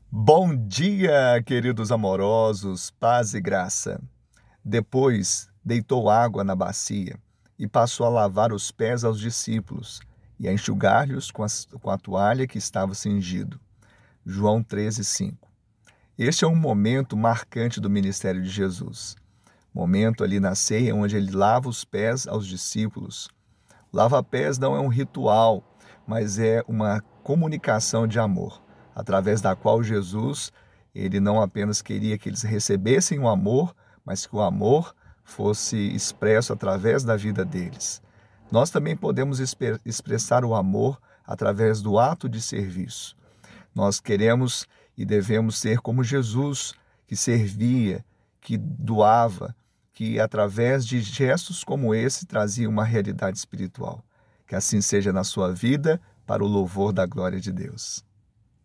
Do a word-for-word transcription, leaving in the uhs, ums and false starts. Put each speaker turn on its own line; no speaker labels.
Bom dia, queridos amorosos, paz e graça. Depois deitou água na bacia e passou a lavar os pés aos discípulos e a enxugar-lhes com, as- com a toalha que estava cingido. João treze, cinco. Este é um momento marcante do ministério de Jesus. Momento ali na ceia onde ele lava os pés aos discípulos. Lava-pés não é um ritual, mas é uma comunicação de amor, através da qual Jesus, ele não apenas queria que eles recebessem o amor, mas que o amor fosse expresso através da vida deles. Nós também podemos expressar o amor através do ato de serviço. Nós queremos e devemos ser como Jesus, que servia, que doava, que através de gestos como esse trazia uma realidade espiritual. Que assim seja na sua vida, para o louvor da glória de Deus.